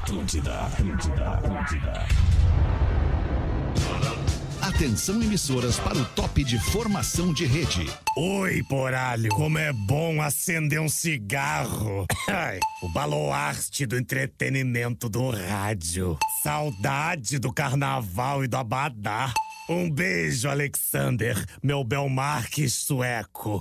Atlântida. Atenção, emissoras, para o top de formação de rede. Oi, poralho, como é bom acender um cigarro. O baluarte do entretenimento do rádio. Saudade do carnaval e do abadá. Um beijo, Alexander, meu Belmarque sueco.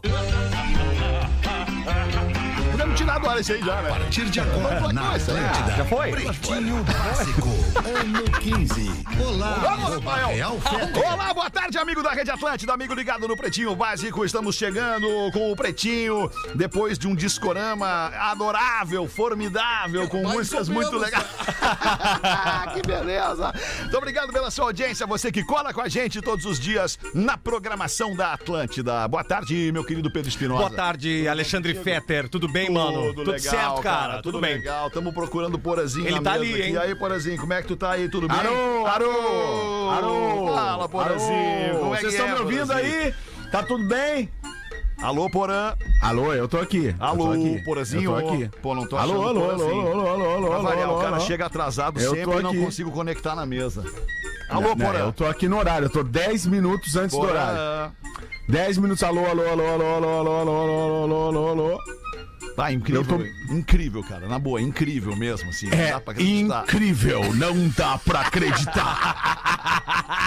Podemos tirar do ar esse aí já, né? A partir de agora, na Atlântida. Já foi? Pretinho Básico, ano 15. Olá, Rafael Fetter. Olá, boa tarde, amigo da Rede Atlântida, amigo ligado no Pretinho Básico. Estamos chegando com o Pretinho, depois de um discorama adorável, formidável, com músicas muito legais. Que beleza! Muito obrigado pela sua audiência, você que cola com a gente todos os dias na programação da Atlântida. Boa tarde, meu querido Pedro Espinosa. Boa tarde, Alexandre Fetter. Tudo bem, mano? Tudo legal, certo, cara? Tudo bem. Legal, estamos procurando o Porazinho. Ele na tá mesa ali, aqui. hein? E aí, Porazinho, como é que tu tá aí? Tudo bem? Alô! Fala, Porazinho. Como é Vocês que estão me ouvindo Porazinho? aí? Tá tudo bem? Alô, Porã. Alô, eu tô aqui. Alô, eu tô aqui. Porazinho. Eu tô aqui. Pô, não tô achando Alô, o alô, alô, Porazinho. alô, alô, Pra alô, variar, alô, o cara alô. chega atrasado Eu sempre tô e não aqui. consigo conectar na mesa. Alô, Não, Porã. eu tô aqui no horário, eu tô 10 minutos antes do horário. 10 minutos, alô, alô, alô, alô, alô, alô, alô, alô, alô, alô, alô. Tá, incrível, incrível, cara, na boa, incrível mesmo, assim, não É dá pra acreditar. incrível, não dá pra acreditar.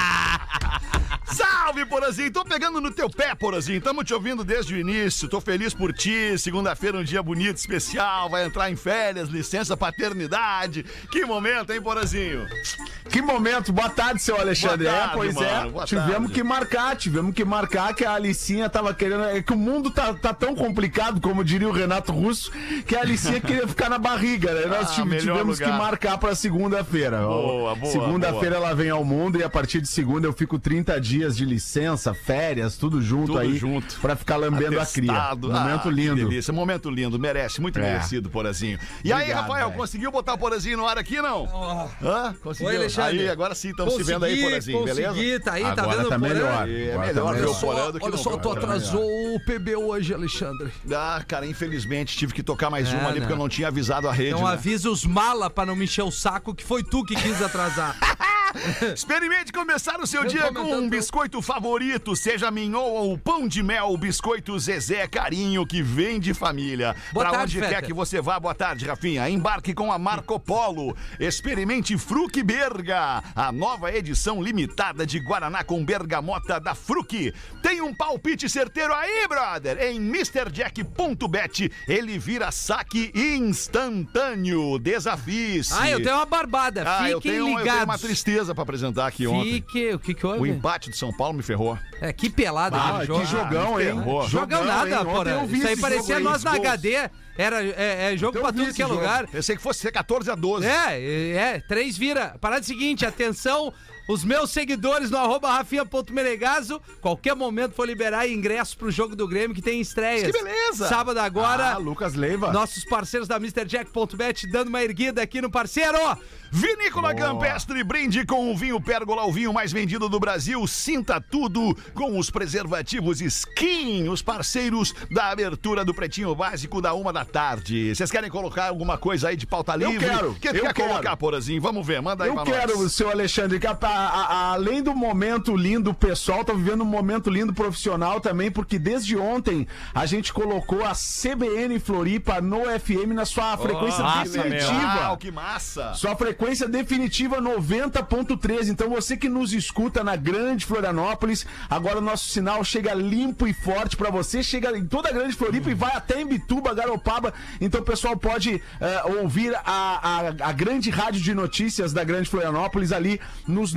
Salve, Porazinho! Tô pegando no teu pé, Porazinho. Tamo te ouvindo desde o início. Tô feliz por ti. Segunda-feira, um dia bonito, especial. Vai entrar em férias, licença paternidade. Que momento, hein, Porazinho? Que momento, boa tarde, seu Alexandre. Boa tarde, pois mano, boa tivemos tarde. que marcar que a Alicinha tava querendo, é que o mundo tá tão complicado, como diria o Renato Russo, que a Alicinha queria ficar na barriga, né? Nós melhor tivemos lugar. que marcar pra segunda-feira. Boa, Segunda-feira ela vem ao mundo e a partir de segunda eu fico 30 dias de licença, férias, tudo junto Tudo aí, junto. pra ficar lambendo Atestado. a cria. Momento Que lindo. delícia, momento lindo, merece, muito merecido, Porazinho. E aí, Obrigado, Rafael, velho. conseguiu botar o Porazinho no ar aqui, não? Hã? Conseguiu? Oi, Alexandre. Aí, agora sim, estamos se vendo aí, Porazinho, beleza? Consegui, tá aí, tá Agora vendo tá o Porã? melhor. É Agora melhor tá ver o melhor. Porã do que Olha no só, tu Porã. atrasou o PB hoje, Alexandre. Ah, cara, infelizmente tive que tocar mais É, uma ali né? porque eu não tinha avisado a rede. Então né? avisa os mala pra não me encher o saco, que foi tu que quis atrasar. Experimente começar o seu Eu dia tô com um aumentando. biscoito favorito, seja mignon ou pão de mel, biscoito Zezé Carinho, que vem de família. Boa Pra tarde, onde quer Fetter. que você vá, boa tarde, Rafinha. Embarque com a Marco Polo. Experimente Fruc Berga, a nova edição limitada de Guaraná com bergamota da Fruc. Tem um palpite certeiro aí, brother? Em MrJack.bet, ele vira saque instantâneo. Desafie-se. Eu tenho uma barbada, eu fiquem tenho uma ligados. tristeza pra apresentar aqui ontem. O que O houve? empate do São Paulo me ferrou. É, que pelada aquele jogo. Que jogão, hein? ferrou. Jogão nada, hein? Ontem porra. eu vi Isso aí esse parecia jogo aí, nós na gols. HD. Era jogo Então pra eu vi tudo esse que é jogo. lugar. Pensei que fosse ser 14-12. 3 vira. Parada seguinte, atenção, os meus seguidores no @rafinha.menegaso, qualquer momento for liberar ingresso pro jogo do Grêmio que tem estreias. Que beleza! Sábado agora, Lucas Leiva. nossos parceiros da MrJack.bet dando uma erguida aqui no parceiro. Vinícola Campestre, brinde com o vinho Pérgola, o vinho mais vendido do Brasil. Sinta tudo com os preservativos Skin, os parceiros da abertura do Pretinho Básico da 1h. Vocês querem colocar alguma coisa aí de pauta livre? quero, O que tu eu quer quero. colocar, Porazinho? Vamos ver, manda aí Eu pra quero, nós. seu Alexandre, que além do momento lindo pessoal, tá vivendo um momento lindo profissional também, porque desde ontem a gente colocou a CBN Floripa no FM na sua frequência definitiva. Que massa! Sua frequência definitiva 90.3. Então você que nos escuta na Grande Florianópolis, agora o nosso sinal chega limpo e forte pra você, chega em toda a Grande Floripa e vai até em Bituba, Garopaba. Então o pessoal pode ouvir a grande rádio de notícias da Grande Florianópolis ali nos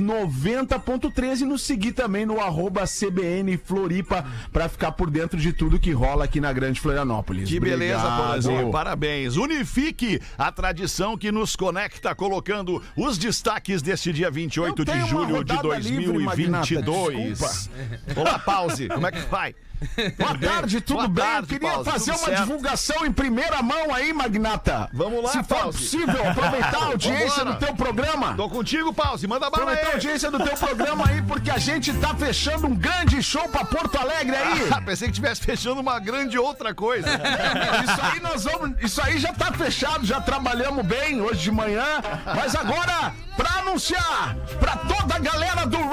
90.3 e nos seguir também no @CBN Floripa pra ficar por dentro de tudo que rola aqui na Grande Florianópolis. Que beleza, Obrigado. Porazinho. Parabéns. Unifique a tradição que nos conecta, colocando os destaques deste dia 28 Eu de tenho uma julho de rodada livre, Magnata, 2022. desculpa. Olá, Pause. Como é que vai? Boa tarde, tudo Boa bem? tarde, Eu queria Pause, fazer tudo uma certo? divulgação primeira mão aí, Magnata. Vamos lá, Se for Pause. possível, aproveitar a audiência Vambora. do teu programa. Tô contigo, Pause. Manda bala Aproveitar a aí. audiência do teu programa aí, porque a gente tá fechando um grande show pra Porto Alegre aí. Pensei que estivesse fechando uma grande outra coisa. Isso aí já tá fechado, já trabalhamos bem hoje de manhã. Mas agora, pra anunciar pra toda a galera do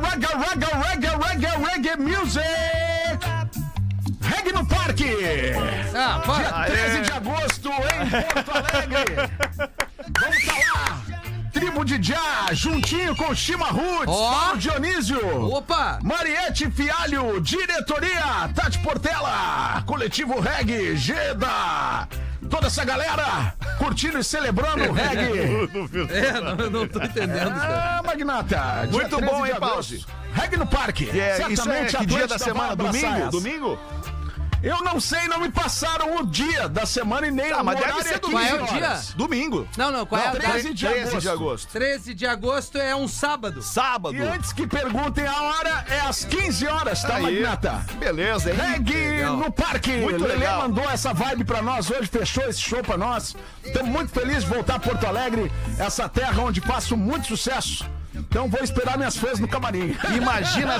Reggae Music, Reggae no Parque, Ah, dia 13 de agosto em Porto Alegre. Vamos estar lá. Tribo de Já, juntinho com o Chima Roots, Ó. Paulo Dionísio. Opa! Mariette Fialho, diretoria, Tati Portela, coletivo Reggae, Geda, toda essa galera curtindo e celebrando o reggae. Não tô entendendo. Ah, Magnata, dia Muito 13 bom, de hein, agosto. Pause? Reggae no Parque. Isso é Certamente que dia Atlântida da vai semana? abraçar Domingo? essa. Domingo? Eu não sei, não me passaram o dia da semana e nem Ah, o mas deve horário ser é domingo. 15 Qual é o dia? horas. Domingo. Não, qual é a Não, data? 13 de 13 de agosto. agosto. 13 de agosto é um sábado. Sábado. E antes que perguntem a hora, é às 15 horas, tá, Aí. Magnata? Beleza, hein? Reggae Legal. no Parque. Muito Lelê legal. mandou essa vibe pra nós hoje, fechou esse show pra nós. Estamos muito felizes de voltar a Porto Alegre, essa terra onde faço muito sucesso. Então vou esperar minhas fãs no camarim. Imagina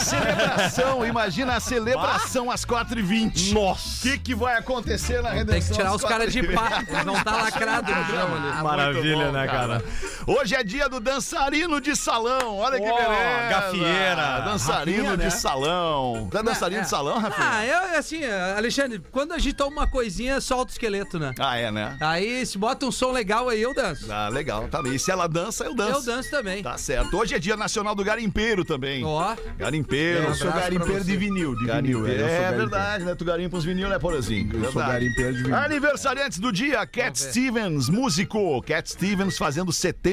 a celebração às 4h20. Nossa. O que vai acontecer na redenção? Tem que tirar às os caras de 4h20? pá. Eles não tá lacrado no chão ali. Maravilha, Muito bom, né, cara? Hoje é dia do dançarino de salão. Olha que Ó, beleza. gafieira. Dançarino Rafinha, de né? salão. Tá dançarino de salão, Rafinha? Ah, eu, assim, Alexandre, quando a gente toma uma coisinha, solta o esqueleto, né? Ah, é, né? Aí, se bota um som legal aí, eu danço. Ah, legal, tá bem. E se ela dança, eu danço. Eu danço também. Tá certo. Hoje é dia nacional do garimpeiro também. Ó, Garimpeiro. Eu sou abraço pra garimpeiro você. de vinil, eu sou Garimpeiro. É garimpeiro. verdade, né? Tu garimpa os vinil, né, Porazinho? Eu sou garimpeiro de vinil. Aniversariantes do dia, Cat ver. Stevens, músico. Cat Stevens fazendo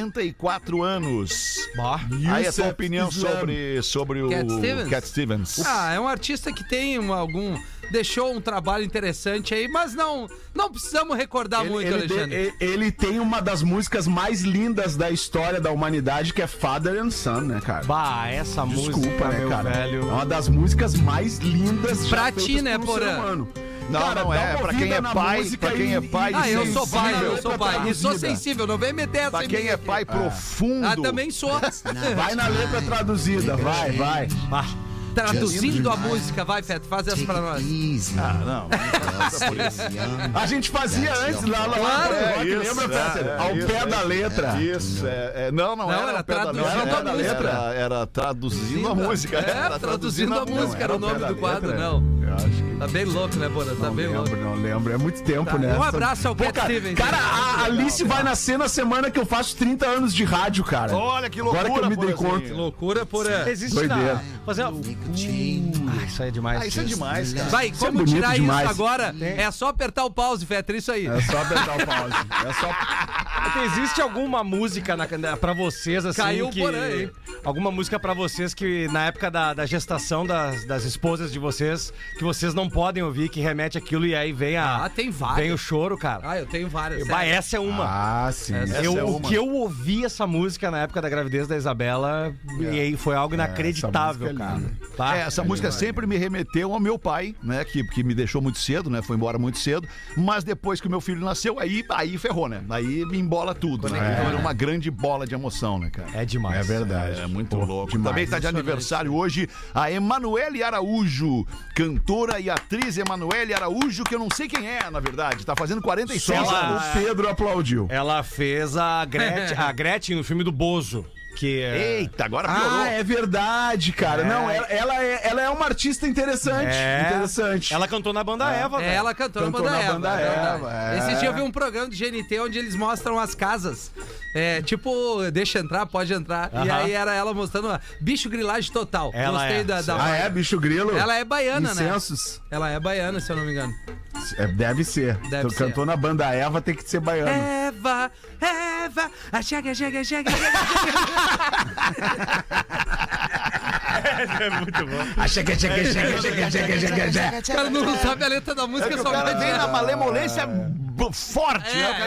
74 anos. Aí a tua opinião sobre o Cat Stevens? Cat Stevens. é um artista que tem deixou um trabalho interessante aí, mas não precisamos recordar muito, Alexandre. Ele tem uma das músicas mais lindas da história da humanidade, que é Father and Son, né, cara? Bah, essa Desculpa, música, né, meu cara? velho. É uma das músicas mais lindas Pra feitas ti, né, por um ser Porã? humano. Não, Cara, não dá é. uma Pra quem ouvida é na pai, música pra quem é pai. Ah, eu sou pai, sensível, eu sou pai. E sou traduzida. sensível, não vem meter essa Pra em quem mim é aqui. pai profundo. Ah, também sou. Vai na letra traduzida, vai. Traduzindo a música, vai, Feto, faz essa pra nós. Ah, não. Não por isso. A gente fazia antes lá no Claro, rock, isso, lembra, Peter? Ao isso, pé da letra. Isso, não era era ao pé da traduzindo letra, a música. Era traduzindo a música. Era traduzindo a música, era o nome do quadro, não. Eu acho que Tá bem louco, né, Bora? Tá bem louco. não lembro. É muito tempo, né? Um abraço ao Cat Stevens. Cara, a Alice vai nascer na semana que eu faço 30 anos de rádio, cara. Olha que loucura, Agora que eu me dei Porazinho. conta. Loucura por... Existe Doideira. fazer uma... isso aí é demais. Ah, isso é demais, cara. Vai, é como bonito tirar demais. isso agora? É só apertar o pause, Fetter, isso aí. É só apertar o pause. É só... Existe alguma música pra vocês, assim, Caiu o que... Porã aí. Alguma música pra vocês que, na época da gestação das esposas de vocês, que vocês não podem ouvir, que remete aquilo e aí vem tem várias. vem o choro, cara. Ah, eu tenho várias. Bah, sério. essa é uma. Ah, sim. Essa é O uma. que eu ouvi essa música na época da gravidez da Isabela e aí foi algo inacreditável, essa música é cara. linda. Tá? Essa música sempre me remeteu ao meu pai, né? Que me deixou muito cedo, né? Foi embora muito cedo. Mas depois que o meu filho nasceu, aí ferrou, né? Aí me embola tudo. Né? Então era uma grande bola de emoção, né, cara? É demais. É verdade. É muito louco. demais. Também tá de aniversário hoje a Emanuele Araújo, cantora e atriz Emanuele Araújo, que eu não sei quem é, na verdade. Tá fazendo 46 Só anos. o Pedro aplaudiu. Ela fez a Gretchen no filme do Bozo. Que é... Eita, agora piorou. Ah, é verdade, cara. É. Não, ela é uma artista interessante. É. Interessante. Ela cantou na banda Eva, velho. Ela cantou na Cantou Banda na Eva. Banda é verdade. Eva, é. Esse dia eu vi um programa do GNT onde eles mostram as casas. Tipo, deixa entrar, pode entrar. E Aham. aí era ela mostrando uma bicho grilagem total. Ela Gostei é, da Ah, é? Bicho Grilo? Ela é baiana, Incensos? né? Ela é baiana, se eu não me engano. Deve ser. Deve Tu ser. cantou na banda Eva, tem que ser baiano. Eva, chega. É muito bom. Chega. O cara não sabe a letra da música, É que só o cara vai vem na dizer. malemolência forte, né?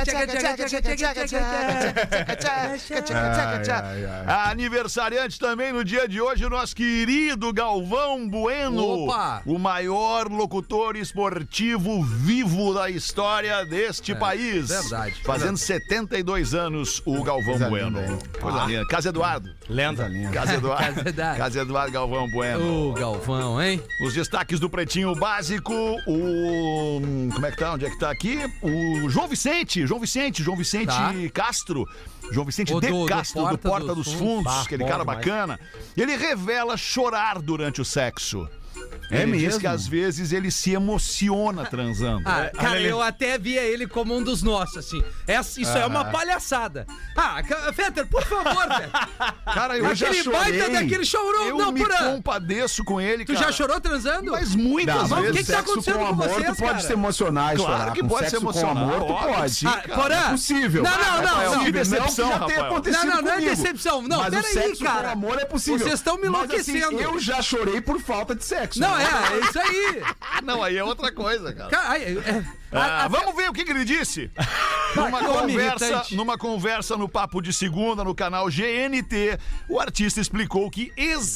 Aniversariante também no dia de hoje, o nosso querido Galvão Bueno. Opa! O maior locutor esportivo vivo da história deste país. Verdade. Fazendo 72 anos, o Galvão Bueno. Coisa linda. Casa Eduardo. Lenda. Casa Eduardo. Casa Eduardo. Casa Eduardo Galvão Bueno. O Galvão, hein? Os destaques do Pretinho Básico, como é que tá? Onde é que tá aqui? O João Vicente Tá. Castro. João Vicente O de do Castro, do Porta dos Fundos, aquele bom cara demais. bacana. Ele revela chorar durante o sexo. Ele diz mesmo? que às vezes ele se emociona transando. Cara, eu até via ele como um dos nossos, assim. Isso é uma palhaçada. Fetter, por favor, Fetter. Cara, eu já Aquele chorei. baita daquele chorou. Eu Não, me Porã. compadeço com ele, Tu cara. já chorou transando? Mas muitas Não, mas vezes. o que tá sexo acontecendo com com amor, vocês, tu pode cara? se emocionar e Claro chorar. que Com pode se sexo emocionar. com amor, tu Óbvio, pode. sim, cara. Porã. É possível. Não, Rafael, que decepção, não que já tenha Rafael. acontecido Não é comigo. decepção. Não, mas o peraí, sexo cara. com amor é possível. Vocês estão me Mas, enlouquecendo. assim, eu já chorei por falta de sexo. Não, né? é isso aí. Não, aí é outra coisa, cara. Cara, Vamos ver o que ele disse. Numa conversa no Papo de Segunda, no canal GNT, o artista explicou que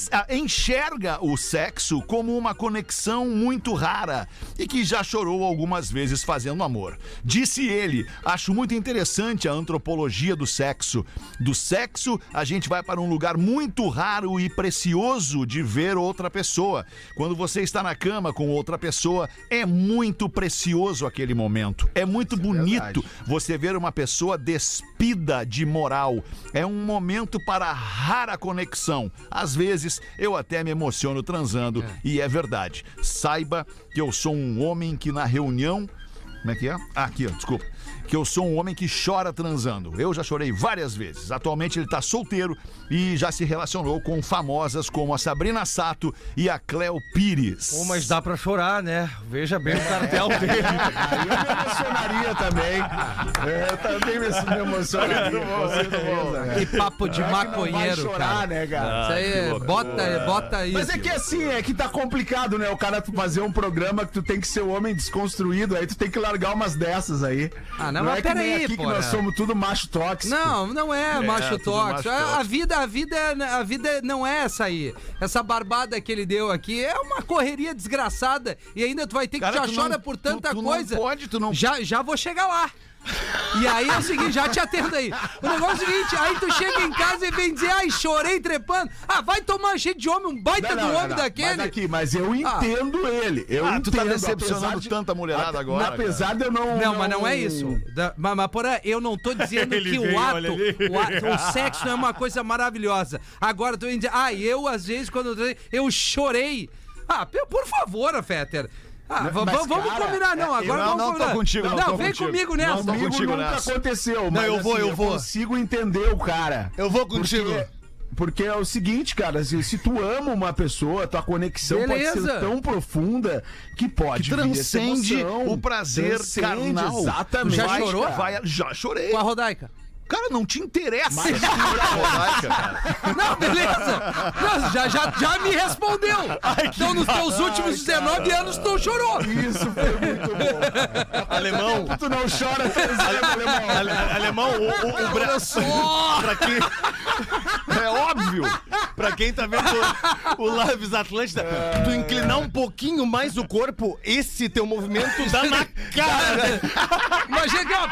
enxerga o sexo como uma conexão muito rara e que já chorou algumas vezes fazendo amor. Disse ele, acho muito interessante a antropologia do sexo. Do sexo, a gente vai para um lugar muito raro e precioso de ver outra pessoa. Quando você está na cama com outra pessoa, é muito precioso aquele momento. É muito bonito você ver uma pessoa despida de moral. É um momento para rara conexão. Às vezes, eu até me emociono transando. E é verdade. Saiba que eu sou um homem que na reunião... Como é que é? Aqui, ó, desculpa. Que eu sou um homem que chora transando. Eu já chorei várias vezes. Atualmente ele tá solteiro e já se relacionou com famosas como a Sabrina Sato e a Cleo Pires. Pô, mas dá pra chorar, né? Veja bem o cartel dele. Aí eu me emocionaria também. Eu também me emocionaria. Com certeza, né? que papo de É que não vai maconheiro, chorar, cara. né, cara? Isso aí, bota isso. Mas é que assim, é que tá complicado, né? O cara fazer um programa que tu tem que ser o homem desconstruído, aí tu tem que largar umas dessas aí. Não, mas é que nem peraí, aqui que porra. nós somos tudo macho tóxico. Não é macho tudo tóxico. macho tóxico. A vida não é essa aí. Essa barbada que ele deu aqui é uma correria desgraçada. E ainda tu vai ter que Cara, já tu chora não- por tanta tu não coisa. pode, tu não- Já vou chegar lá. E aí é o seguinte, já te atendo aí. O negócio é o seguinte, aí tu chega em casa e vem dizer, ai, chorei trepando. Vai tomar cheio de homem, um baita do homem daquele. Mas eu entendo ele. Eu entendo. Tu tá decepcionando apesar de- tanta mulherada agora, Apesar de eu não... Não, mas não é isso. Mas porra, eu não tô dizendo Ele que veio, o olha ato, ali. o sexo não é uma coisa maravilhosa. Agora tu vem dizer, eu às vezes quando eu chorei. Por favor, Fetter. Vamos cara, combinar, não. Agora não, vamos não tô combinar. contigo, não tô vem contigo. comigo nessa. Não tô Comigo contigo nunca nessa. aconteceu, mas eu vou. eu consigo entender o cara. Eu vou contigo. Porque é o seguinte, cara, se tu ama uma pessoa, tua conexão pode Beleza. ser tão profunda que pode Que vir essa transcende emoção. o prazer Transcende, carnal. Exatamente. Já chorou? Já chorei. Com a Rodaica. Cara, não te interessa. Rodaica, cara. Não, beleza. Não, já me respondeu. Então nos teus últimos 19 anos tu não chorou. Isso foi muito bom. Alemão. Tu não chora transando, alemão. Alemão, o braço. Pra quem, É óbvio. pra quem tá vendo o Lives Atlântida, tu inclinar um pouquinho mais o corpo, esse teu movimento dá na cara. Imagina que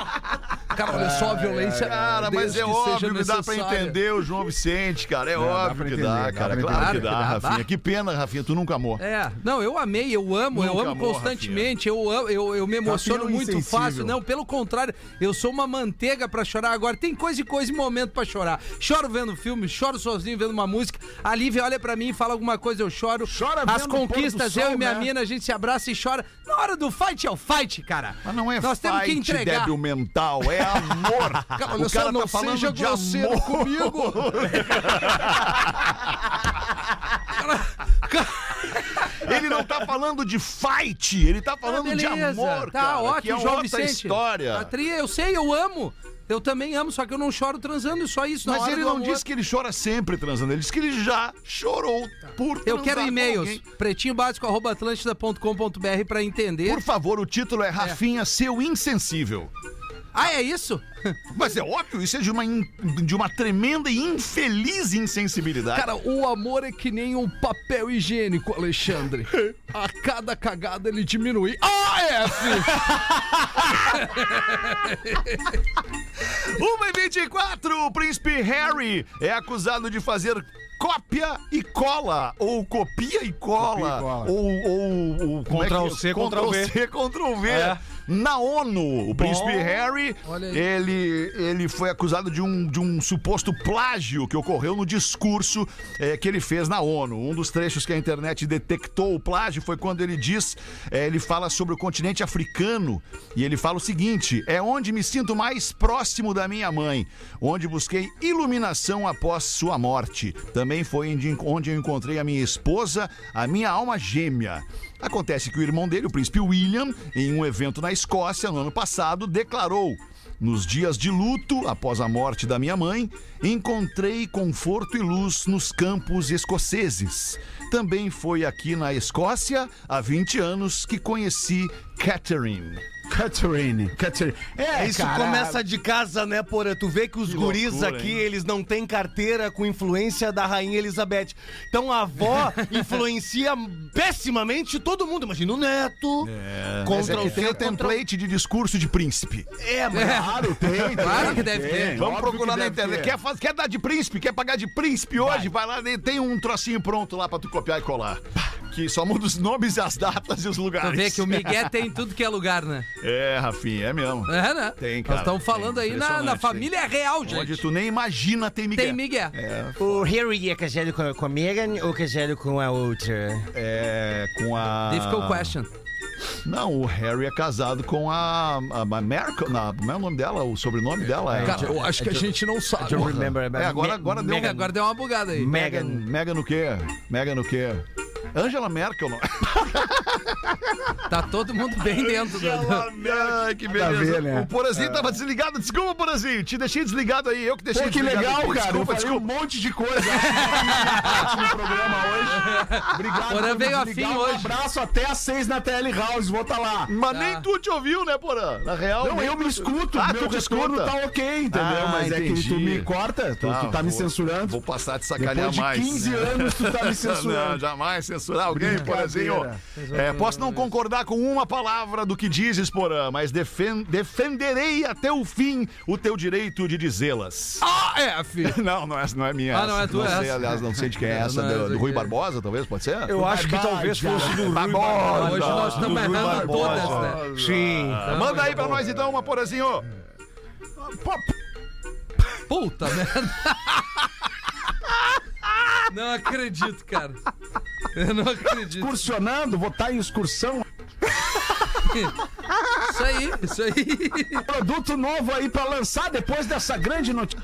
pô! Cara, olha só a violência. Cara, mas desde é que seja óbvio que dá pra necessária. entender o João Vicente, cara. É dá óbvio pra que entender, dá, dá cara. pra Claro que entender. dá, Claro que dá. Rafinha. Que pena, Rafinha, tu nunca amou. Não, eu amei, eu amo Nunca amou, constantemente, eu me emociono Rafinha é um muito insensível. fácil. Não, pelo contrário, eu sou uma manteiga pra chorar. Agora, tem coisa e momento pra chorar. Choro vendo filme, choro sozinho vendo uma música. A Lívia olha pra mim e fala alguma coisa, eu choro. Chora As vendo o pôr conquistas, do sol, eu e minha né? mina, a gente se abraça e chora. Na hora do fight é o fight, cara. Mas não é Nós temos que fight entregar. débil mental, é amor. Cara, olha O só, cara não tá falando seja de grosseiro amor. comigo. não tá falando de fight, ele tá falando de amor, tá, cara. ótimo, que é João outra Vicente. história. A tria, eu sei, eu amo. Eu também amo, só que eu não choro transando, só isso. Mas ele não disse que ele chora sempre transando, ele disse que ele já chorou por transar. Eu quero com e-mails, alguém. pretinhobásico@atlântida.com.br pra entender. Por favor, o título é Rafinha, seu insensível. Ah, é isso? Mas é óbvio, isso é de uma tremenda e infeliz insensibilidade. Cara, o amor é que nem um papel higiênico, Alexandre. A cada cagada ele diminui. AF! 1h24, o príncipe Harry é acusado de fazer cópia e cola, ou copia e cola, ou Ctrl-C, Ctrl-V. Ctrl-C, Ctrl-V. Na ONU, o príncipe Harry, Olha aí. ele foi acusado de um suposto plágio que ocorreu no discurso que ele fez na ONU. Um dos trechos que a internet detectou o plágio foi quando ele ele fala sobre o continente africano, e ele fala o seguinte: é onde me sinto mais próximo da minha mãe, onde busquei iluminação após sua morte. Também foi onde eu encontrei a minha esposa, a minha alma gêmea. Acontece que o irmão dele, o príncipe William, em um evento na Escócia no ano passado, declarou: nos dias de luto, após a morte da minha mãe, encontrei conforto e luz nos campos escoceses. Também foi aqui na Escócia, há 20 anos, que conheci Catherine. Isso cara, começa de casa, né, Porã? Tu vê que os guris loucura, aqui, hein? eles não têm carteira com influência da Rainha Elizabeth. Então a avó influencia pessimamente todo mundo. Imagina o neto. Mas é Contra que tem o template de discurso de príncipe. Claro, tem. Claro que deve ter. Vamos Óbvio procurar que na deve internet. ter. Quer dar de príncipe? Quer pagar de príncipe hoje? Vai lá, tem um trocinho pronto lá pra tu copiar e colar. Que só muda os nomes, as datas e os lugares. Tu vê que o Miguel tem em tudo que é lugar, né? É, Rafinha, é mesmo. É, né? Tem, cara. Nós estamos falando aí na Impressionante, família real, gente. Onde tu nem imagina tem Miguel. Tem Miguel. O Harry é casado com a Meghan ou casado com a outra? É, com a... Difficult question. Não, o Harry é casado com a Merkel. Como é o nome dela? O sobrenome dela? Cara, eu acho que a gente não sabe. Don't remember. agora deu Meghan. Agora deu uma bugada aí. Meghan o quê? Meghan o quê? Angela Merkel, não. Tá todo mundo bem dentro do... Ai, que beleza. ver, né? O Porazinho tava desligado. Desculpa, Porazinho. Te deixei desligado aí. Eu que deixei Pô, que desligado. legal, aqui. cara. Eu falei Desculpa. um monte de coisa. No programa hoje. Obrigado. Porã por veio desligar. afim Um hoje. abraço até às 6 na TL House. Vou estar lá. Mas nem tu te ouviu, né, Porã? Na real. Não, nem eu me tu- escuto. Ah, meu tu te retorno escuta? tá ok, entendeu? Ah, Mas é que entendi. tu me corta. Tu tá me vou- censurando. Vou passar a te sacanear Depois de mais. 15 anos, tu tá me Não, censurando. jamais censurar alguém, Porazinho. Posso não concordar com uma palavra do que dizes, Porã, mas defenderei até o fim o teu direito de dizê-las. AF! Não, não é minha. Ah, não é tua Não sei, essa. aliás, não sei de quem é essa. Não, essa Do Rui aqui é- Barbosa, talvez, pode ser? Eu acho que talvez fosse do Rui Barbosa. Hoje nós estamos Do Rui errando Barbosa. todas, né? Sim. Manda aí pra nós então uma, Porazinho. Puta merda. Não acredito, cara. Eu não acredito. Excursionando, vou estar em excursão. Isso aí. Produto novo aí pra lançar depois dessa grande notícia.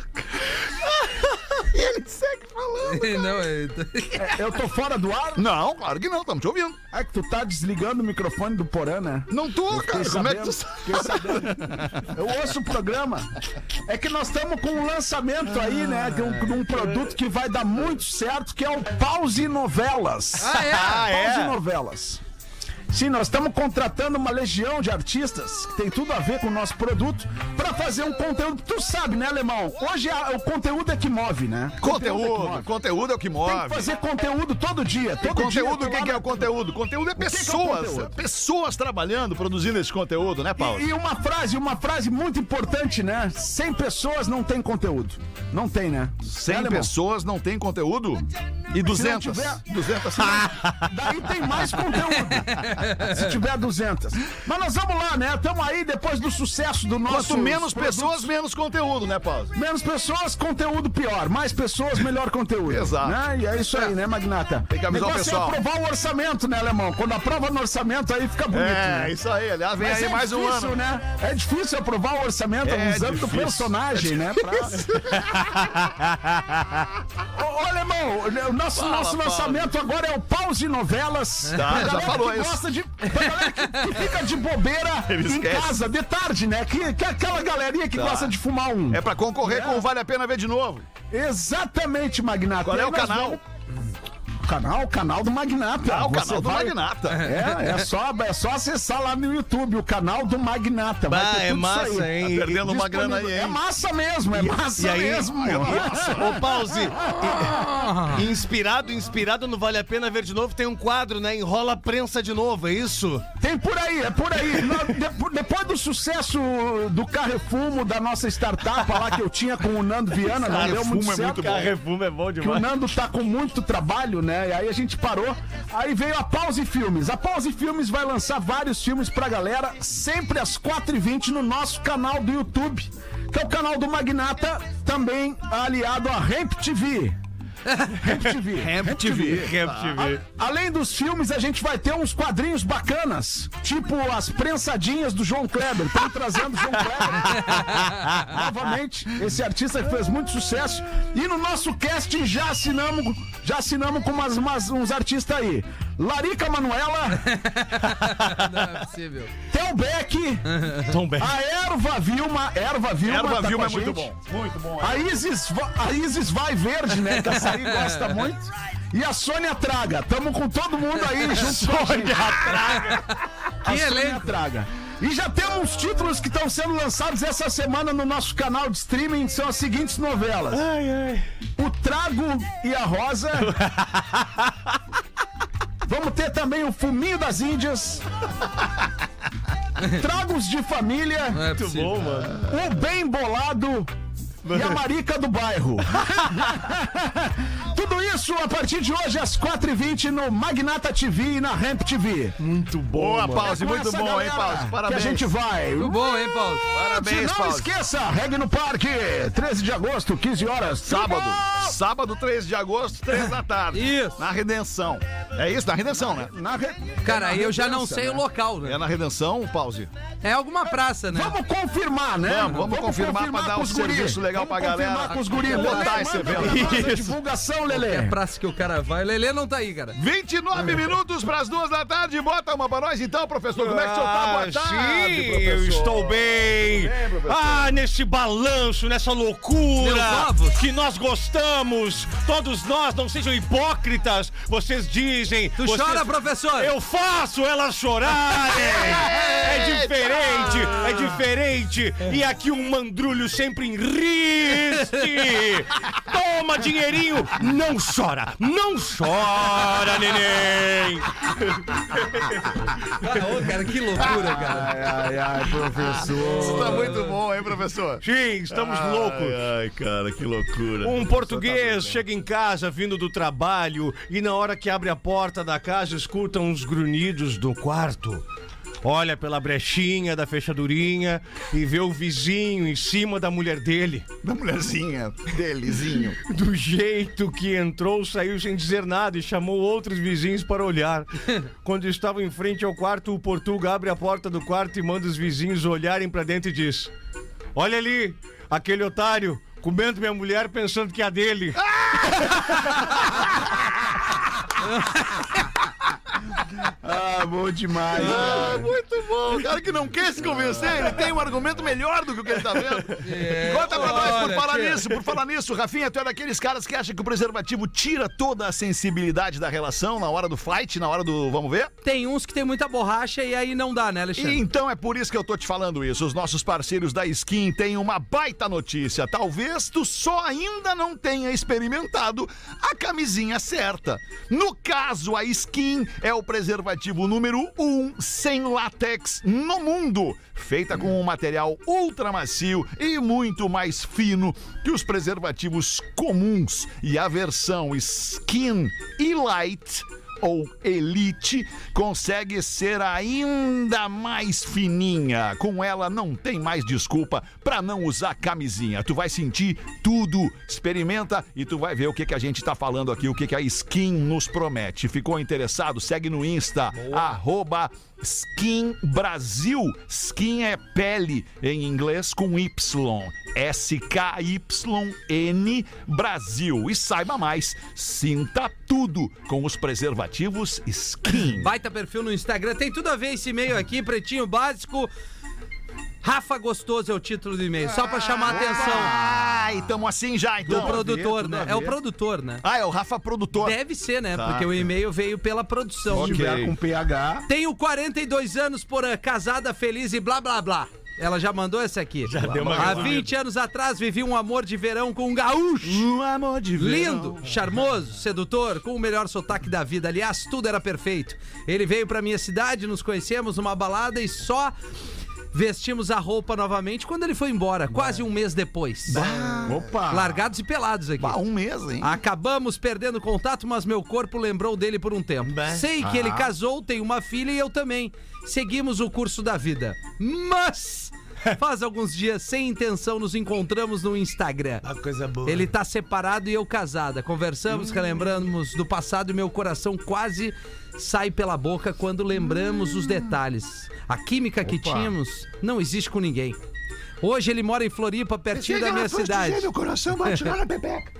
Ele segue falando. Não, Eu tô fora do ar? Não, claro que não, estamos te ouvindo. É que tu tá desligando o microfone do Porã, né? Não tô, cara. Como é que tu sabe? Fiquei sabendo. Eu ouço o programa. É que nós estamos com um lançamento aí, né? De um produto que vai dar muito certo, que é o Pause Novelas. Ah, é? Pause Novelas. Sim, nós estamos contratando uma legião de artistas que tem tudo a ver com o nosso produto pra fazer um conteúdo. Tu sabe, né, Alemão? Hoje o conteúdo é que move, né? Conteúdo é o que Tem move. que fazer conteúdo todo dia. Todo Conteúdo, dia, o que é o conteúdo? Conteúdo é que é o pessoas. conteúdo? Pessoas trabalhando, produzindo esse conteúdo, né, Paulo? E uma frase muito importante, né? 100 pessoas não tem conteúdo. Não tem, né? 100 Alemão? pessoas não tem conteúdo? E 200? tiver- 200 sim. Daí tem mais conteúdo. Se tiver 200. Mas nós vamos lá, né? Estamos aí depois do sucesso do nosso... Quanto menos produtos. pessoas, menos conteúdo, né, Paulo? Menos pessoas, conteúdo pior. Mais pessoas, melhor conteúdo. Exato. Né? E é isso aí, né, Magnata? Tem que avisar o negócio pessoal. é aprovar o orçamento, né, Alemão? Quando aprova no orçamento, aí fica bonito, né? Isso aí. Aliás, vem Mas aí é mais um difícil, ano. né? É difícil aprovar o orçamento É usando do difícil. personagem, né? Olha, irmão, o nosso lançamento agora é o Pause Novelas. Tá, já falou isso. Pra galera que fica de bobeira em casa, de tarde, né? Que é aquela galerinha que gosta de fumar um. É pra concorrer com o Vale a Pena Ver de Novo. Exatamente, Magnata. Qual é o canal? Canal do Magnata. O canal do Magnata. É só acessar lá no YouTube, o canal do Magnata. É massa, hein? Tá perdendo uma grana aí, hein? É massa mesmo, mesmo. Ô, Pause, inspirado no Vale a Pena Ver de Novo, tem um quadro, né? Enrola a prensa de novo, é isso? Tem por aí, é por aí. Depois do sucesso do Carrefumo, da nossa startup lá que eu tinha com o Nando Viana, não deu muito certo. Carrefumo é bom Que o demais. Nando tá com muito trabalho, né? E aí a gente parou. Aí veio a Pause Filmes. A Pause Filmes vai lançar vários filmes pra galera, sempre às 4h20 no nosso canal do YouTube, que é o canal do Magnata, também aliado a Ramp TV. Ramp TV. Além dos filmes, a gente vai ter uns quadrinhos bacanas, tipo as prensadinhas do João Kleber. Estamos trazendo o João Kleber novamente, esse artista que fez muito sucesso. E no nosso casting já assinamos com uns artistas aí. Larica Manuela. Não é possível. Theo Beck. A Erva Vilma. Erva Vilma é muito bom. Muito bom. A Isis Vai Verde, né? Que a Saí gosta muito. E a Sônia Traga. Tamo com todo mundo aí junto com a Sônia Traga. Que Sônia elenco. Traga. E já temos títulos que estão sendo lançados essa semana no nosso canal de streaming. São as seguintes novelas. O Trago e a Rosa. Vamos ter também o Fuminho das Índias. Tragos de Família. Não é possível. Bom, mano. O Bem Bolado e a Marica do Bairro. Tudo isso a partir de hoje às 4h20 no Magnata TV e na Ramp TV. Muito bom, Boa, mano. Pause, muito bom, hein, Pause? Parabéns. Que a gente vai. Muito bom, hein, Paulo? Parabéns, Não Pause. esqueça, Reggae no Parque, 13 de agosto, 15 horas. Sábado, 13 de agosto, 3 da tarde. Isso. Na Redenção. É isso, na Redenção, né? Cara, aí eu já não sei o local, né? É na Redenção, Pause? É alguma praça, né? Vamos confirmar, né? Vamos confirmar pra dar com um os guri. serviço legal pra Vamos galera. confirmar com os guris. Botar Lelê, esse manda evento. pra nós a divulgação, Lelê. É praça que o cara vai. Lelê não tá aí, cara. 29 minutos pras 2 da tarde. Bota uma pra nós então, professor. Como é que o senhor tá? Boa tarde, Sim, professor. eu estou bem. Nesse balanço, nessa loucura Nervosos. que nós gostamos. Todos nós, não sejam hipócritas. Vocês dizem... Tu chora, professor? Eu faço elas chorarem. É diferente. E aqui um mandrulho sempre em riste. Toma dinheirinho. Não chora, neném. Ô, cara, que loucura, cara. Ai, professor. Isso tá muito bom, hein, professor? Sim, estamos loucos. Ai, cara, que loucura. Um português chega em casa vindo do trabalho e na hora que abre a porta da casa escuta uns grunhidos do quarto. Olha pela brechinha da fechadurinha e vê o vizinho em cima da mulher dele. Da mulherzinha, delezinho. Do jeito que entrou, saiu sem dizer nada e chamou outros vizinhos para olhar. Quando estava em frente ao quarto, o Portuga abre a porta do quarto e manda os vizinhos olharem para dentro e diz: olha ali, aquele otário comendo minha mulher pensando que é a dele. Bom demais. Muito bom. O cara que não quer se convencer, ele tem um argumento melhor do que o que ele tá vendo. Conta pra nós, por falar nisso, Rafinha, tu é daqueles caras que acham que o preservativo tira toda a sensibilidade da relação na hora do fight, na hora do vamos ver? Tem uns que tem muita borracha e aí não dá, né, E Alexandre? então é por isso que eu tô te falando isso. Os nossos parceiros da Skin têm uma baita notícia. Talvez tu só ainda não tenha experimentado a camisinha certa. No caso, a Skin é o preservativo número 1 sem látex no mundo. Feita com um material ultra macio e muito mais fino que os preservativos comuns. E a versão Skin Elite ou Elite consegue ser ainda mais fininha. Com ela não tem mais desculpa pra não usar camisinha. Tu vai sentir tudo. Experimenta e tu vai ver o que a gente tá falando aqui, o que a Skin nos promete. Ficou interessado? Segue no Insta, Skin Brasil. Skin é pele em inglês com Y. SKYN Brasil. E saiba mais, sinta tudo com os preservativos Skin. Baita perfil no Instagram. Tem tudo a ver esse e-mail aqui, Pretinho Básico. Rafa Gostoso é o título do e-mail, só pra chamar a atenção. E tamo assim já, então. Do produtor, né? É o produtor, né? É o Rafa Produtor. Deve ser, né? Porque o e-mail veio pela produção. Se tiver com PH. Tenho 42 anos, Porã, casada, feliz e blá, blá, blá. Ela já mandou essa aqui. Já deu uma Há 20 anos atrás, vivi um amor de verão com um gaúcho. Um amor de verão. Lindo, charmoso, sedutor, com o melhor sotaque da vida. Aliás, tudo era perfeito. Ele veio pra minha cidade, nos conhecemos numa balada e só vestimos a roupa novamente quando ele foi embora, quase um mês depois. Opa! Largados e pelados aqui. Um mês, hein? Acabamos perdendo contato, mas meu corpo lembrou dele por um tempo. Sei que ele casou, tem uma filha e eu também. Seguimos o curso da vida. Mas faz alguns dias, sem intenção, nos encontramos no Instagram. Coisa boa. Ele tá separado e eu casada. Conversamos, relembramos do passado e meu coração quase sai pela boca quando lembramos os detalhes. A química que tínhamos não existe com ninguém. Hoje ele mora em Floripa, pertinho da minha cidade. Meu coração bate lá na bebeca.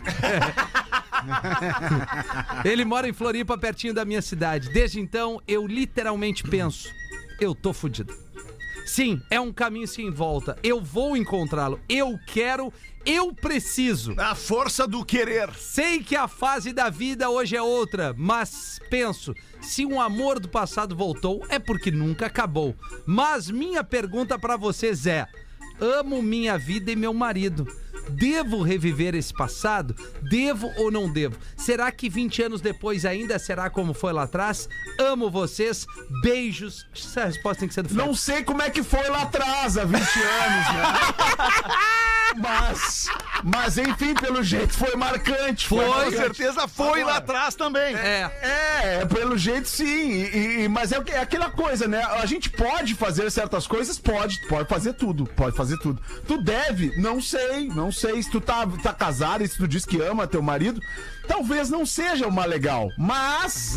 Ele mora em Floripa, pertinho da minha cidade. Desde então, eu literalmente penso, eu tô fudido. Sim, é um caminho sem volta. Eu vou encontrá-lo. Eu quero, eu preciso. A força do querer. Sei que a fase da vida hoje é outra, mas penso, se um amor do passado voltou, é porque nunca acabou. Mas minha pergunta pra vocês é: amo minha vida e meu marido. Devo reviver esse passado? Devo ou não devo? Será que 20 anos depois ainda será como foi lá atrás? Amo vocês. Beijos. Essa resposta tem que ser do Fred. Não sei como é que foi lá atrás, há 20 anos, né? Mas enfim, pelo jeito foi marcante. Com marcante. certeza foi lá atrás também. Pelo jeito sim. Mas é aquela coisa, né? A gente pode fazer certas coisas, pode fazer tudo. Tu deve, não sei se tu tá casado e se tu diz que ama teu marido, talvez não seja uma legal, mas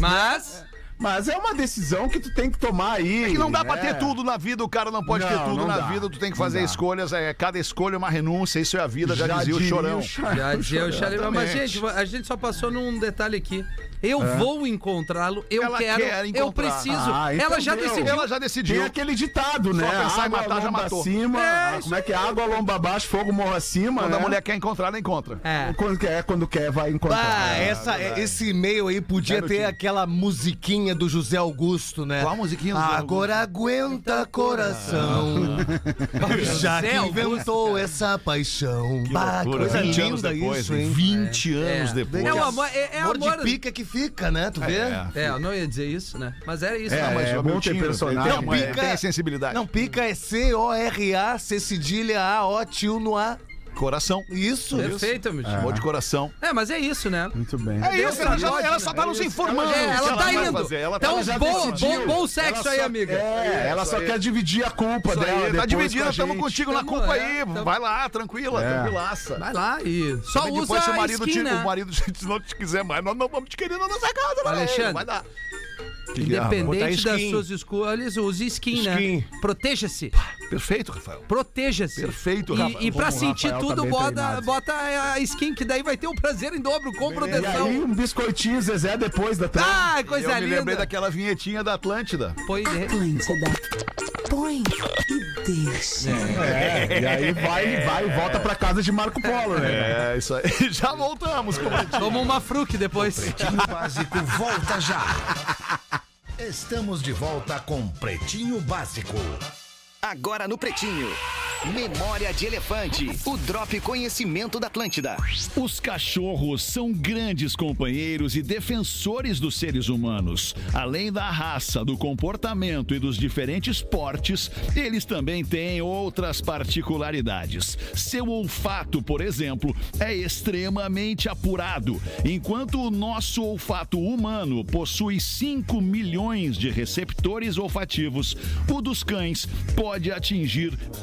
é uma decisão que tu tem que tomar aí. É que não dá pra né? ter tudo na vida, o cara não pode ter tudo na vida, tu tem que fazer escolhas, cada escolha é uma renúncia, isso é a vida, já dizia o Chorão. Já dizia o Chorão. Mas, gente, a gente só passou num detalhe aqui. Eu vou encontrá-lo, Ela quero, quer eu encontrar. preciso. Então Ela já decidiu. Tem aquele ditado, né? Só pensar em Água, matar, já lomba matou. Acima, como é que é? Água, lomba abaixo, fogo, morro acima. Quando né? a mulher quer encontrar, ela encontra. Quando quer, vai encontrar. Esse e-mail aí podia ter aquela musiquinha do José Augusto, né? Qual a musiquinha? Agora aguenta coração, já que inventou essa paixão. Coisa 20 anos linda depois, isso, hein? 20 anos depois. É o amor, Amor de pica que fica, né? Tu vê? eu não ia dizer isso, né? Mas era isso. Mas é o bom meu ter time, personagem. ele tem, tem sensibilidade. Não, pica é C-O-R-A, C cedilha A-O, tio no A. Coração. Isso. Perfeito, meu tio. Amor de coração. Mas é isso, né? Muito bem. É isso, ela só tá nos informando. Ela tá indo. Então, já decidiu. bom sexo aí, amiga. Ela só quer dividir a culpa dela. Tá depois dividida, com a estamos gente. contigo na culpa aí. Vai lá, tranquilaça. Vai lá e só Também usa depois, se a skin, né? o marido, se não te quiser mais, nós não vamos te querer na nossa casa, né? Alexandre. Vai dar. Independente botar das skin. suas escolhas, use skin, né? Proteja-se. Perfeito, Rafael. Proteja-se. Perfeito, Rafa. E pra O sentir Rafael tá tudo, bem treinado. bota a skin, que daí vai ter um prazer em dobro, com E proteção. aí, um biscoitinho, Zezé, depois da trama. Ah, coisa Eu me lembrei linda. daquela vinhetinha da Atlântida. Pois é. Atlântida. Põe e deixa. E aí volta pra casa de Marco Polo, né? É, isso aí. Já voltamos com o Toma uma fruque depois. Pretinho Básico volta já. Estamos de volta com Pretinho Básico. Agora no Pretinho. Memória de Elefante. O Drop Conhecimento da Atlântida. Os cachorros são grandes companheiros e defensores dos seres humanos. Além da raça, do comportamento e dos diferentes portes, eles também têm outras particularidades. Seu olfato, por exemplo, é extremamente apurado. Enquanto o nosso olfato humano possui 5 milhões de receptores olfativos, o dos cães pode atingir 300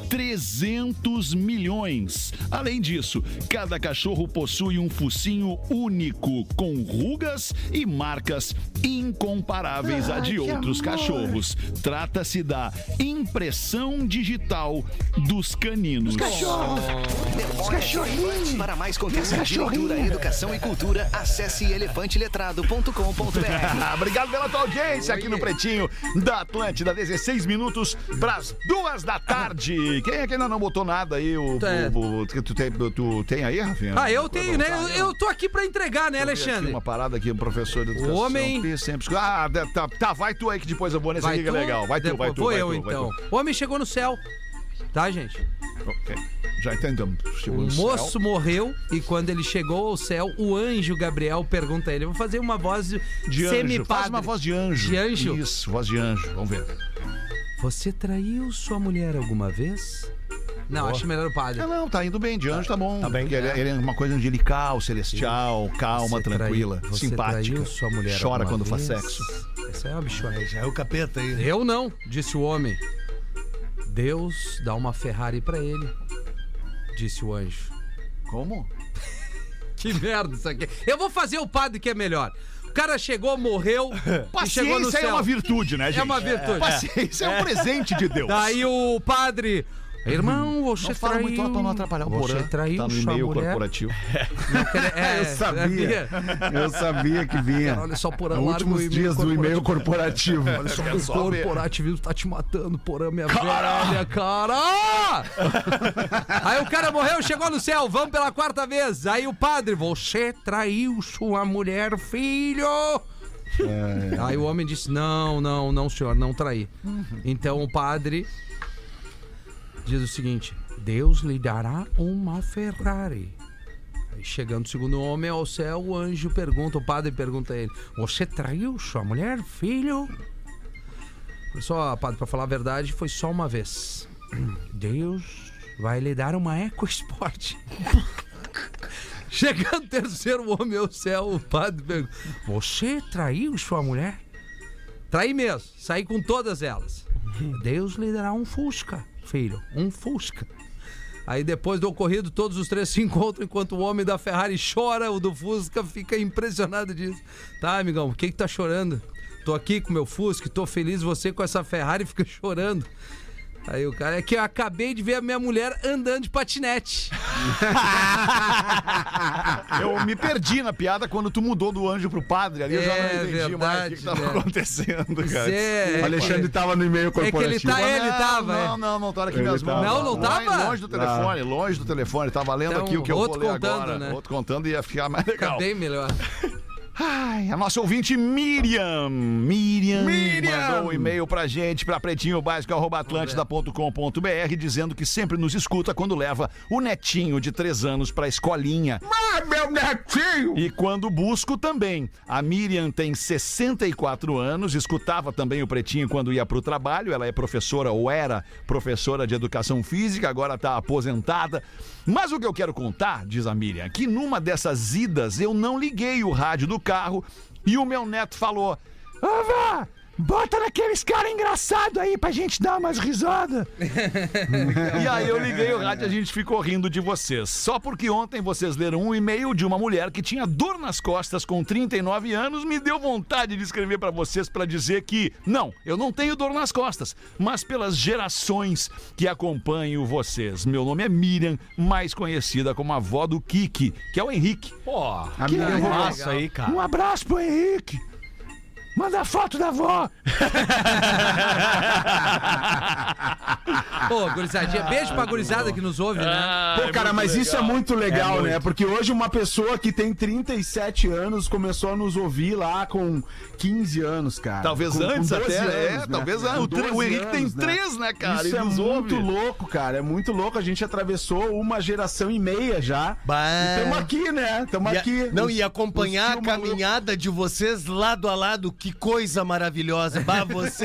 200 milhões. Além disso, cada cachorro possui um focinho único, com rugas e marcas incomparáveis a de outros cachorros. Trata-se da impressão digital dos caninos. Cachorrinhos. Para mais conteúdo de leitura, educação e cultura, acesse elefanteletrado.com.br. Obrigado pela tua audiência aqui no Pretinho da Atlântida. 16 minutos para as 2 da tarde. Quem é que ainda não botou nada aí? Tu tem aí, Rafinha? Ah, eu tenho, né? Eu tô aqui pra entregar, né, Alexandre? Uma parada aqui, um professor de educação. O homem... Tá, vai tu aí que depois eu vou nesse aqui que é legal. Vai tu. Vou eu, então. O homem chegou no céu. Tá, gente? Ok. Já entendemos. O moço morreu e quando ele chegou ao céu, o anjo Gabriel pergunta a ele. Eu vou fazer uma voz de semi-padre. Faz uma voz de anjo. De anjo? Isso, voz de anjo. Vamos ver. Você traiu sua mulher alguma vez? Não, acho melhor o padre. Não, tá indo bem. De anjo tá bom. Tá bem. Ele é uma coisa angelical, celestial, calma, tranquila, simpática. Traiu sua mulher chora quando vez? faz sexo. Essa é uma bichona. Já é o capeta aí. Eu não, disse o homem. Deus dá uma Ferrari pra ele, disse o anjo. Como? Que merda isso aqui. Eu vou fazer o padre que é melhor. O cara chegou, morreu e chegou no céu. É uma virtude, né, gente? É uma virtude. Paciência é um presente de Deus. Daí o padre... Irmão, você não fala traiu... muito alto pra não atrapalhar o Você Porã. traiu Tá no sua e-mail mulher. corporativo. Eu sabia. Eu sabia que vinha. Olha só, Porã, larga Últimos o e-mail dias do e-mail corporativo. Olha só, o corporativismo tá te matando, Porã, minha velha, cara! Aí o cara morreu, chegou no céu, vamos pela 4ª vez. Aí o padre, você traiu sua mulher, filho! Aí o homem disse, não, senhor, não traí. Então o padre diz o seguinte, Deus lhe dará uma Ferrari. Aí chegando o segundo homem ao céu, o anjo pergunta, o padre pergunta a ele, você traiu sua mulher, filho? Só, padre, pra falar a verdade, foi só uma vez. Deus vai lhe dar uma EcoSport. Chegando o terceiro homem ao céu, o padre pergunta, você traiu sua mulher? Traí mesmo, saí com todas elas. Deus lhe dará um Fusca, filho, um Fusca. Aí depois do ocorrido, todos os três se encontram enquanto o homem da Ferrari chora, o do Fusca fica impressionado disso. Tá, amigão, o que tá chorando? Tô aqui com meu Fusca, tô feliz, você com essa Ferrari fica chorando. Aí o cara, é que eu acabei de ver a minha mulher andando de patinete. Eu me perdi na piada quando tu mudou do anjo pro padre. Ali eu já não entendi verdade, mais o que tava acontecendo, cara. O Alexandre tava no e-mail corporativo. É que ele tava. Não, tá aqui minhas mãos. Não tava? Longe do telefone. Tava lendo Então, aqui o que eu vou ler contando, agora. né? Outro contando ia ficar mais legal. Fica bem melhor. Ai, a nossa ouvinte Miriam mandou um e-mail pra gente, pra pretinhobásico@atlantida.com.br, dizendo que sempre nos escuta quando leva o netinho de 3 anos pra escolinha. Meu netinho! E quando busco também. A Miriam tem 64 anos, escutava também o Pretinho quando ia pro trabalho. Ela é professora ou era professora de educação física, agora tá aposentada. Mas o que eu quero contar, diz a Miriam, que numa dessas idas eu não liguei o rádio do carro e o meu neto falou: "Ô, vó, bota naqueles caras engraçados aí pra gente dar umas risadas." E aí eu liguei o rádio e a gente ficou rindo de vocês. Só porque ontem vocês leram um e-mail de uma mulher que tinha dor nas costas com 39 anos, me deu vontade de escrever pra vocês pra dizer que, não, eu não tenho dor nas costas, mas pelas gerações que acompanham vocês. Meu nome é Miriam, mais conhecida como a avó do Kiki, que é o Henrique. A Miriam Massa aí, cara. Um abraço pro Henrique. Manda foto da avó. Pô, gurizadinha, beijo pra gurizada que nos ouve, né? Pô, cara, mas isso é muito legal, né? Porque hoje uma pessoa que tem 37 anos começou a nos ouvir lá com 15 anos, cara. Talvez com antes 12 até, anos, né? talvez Com antes. 12 O Henrique tem anos, 3, né, cara? Isso Ele é nos muito ouve. louco, cara. É muito louco. A gente atravessou uma geração e meia já. Bah. E tamo aqui, né? Tamo aqui. E acompanhar a caminhada de vocês lado a lado, que coisa maravilhosa. Bah, você...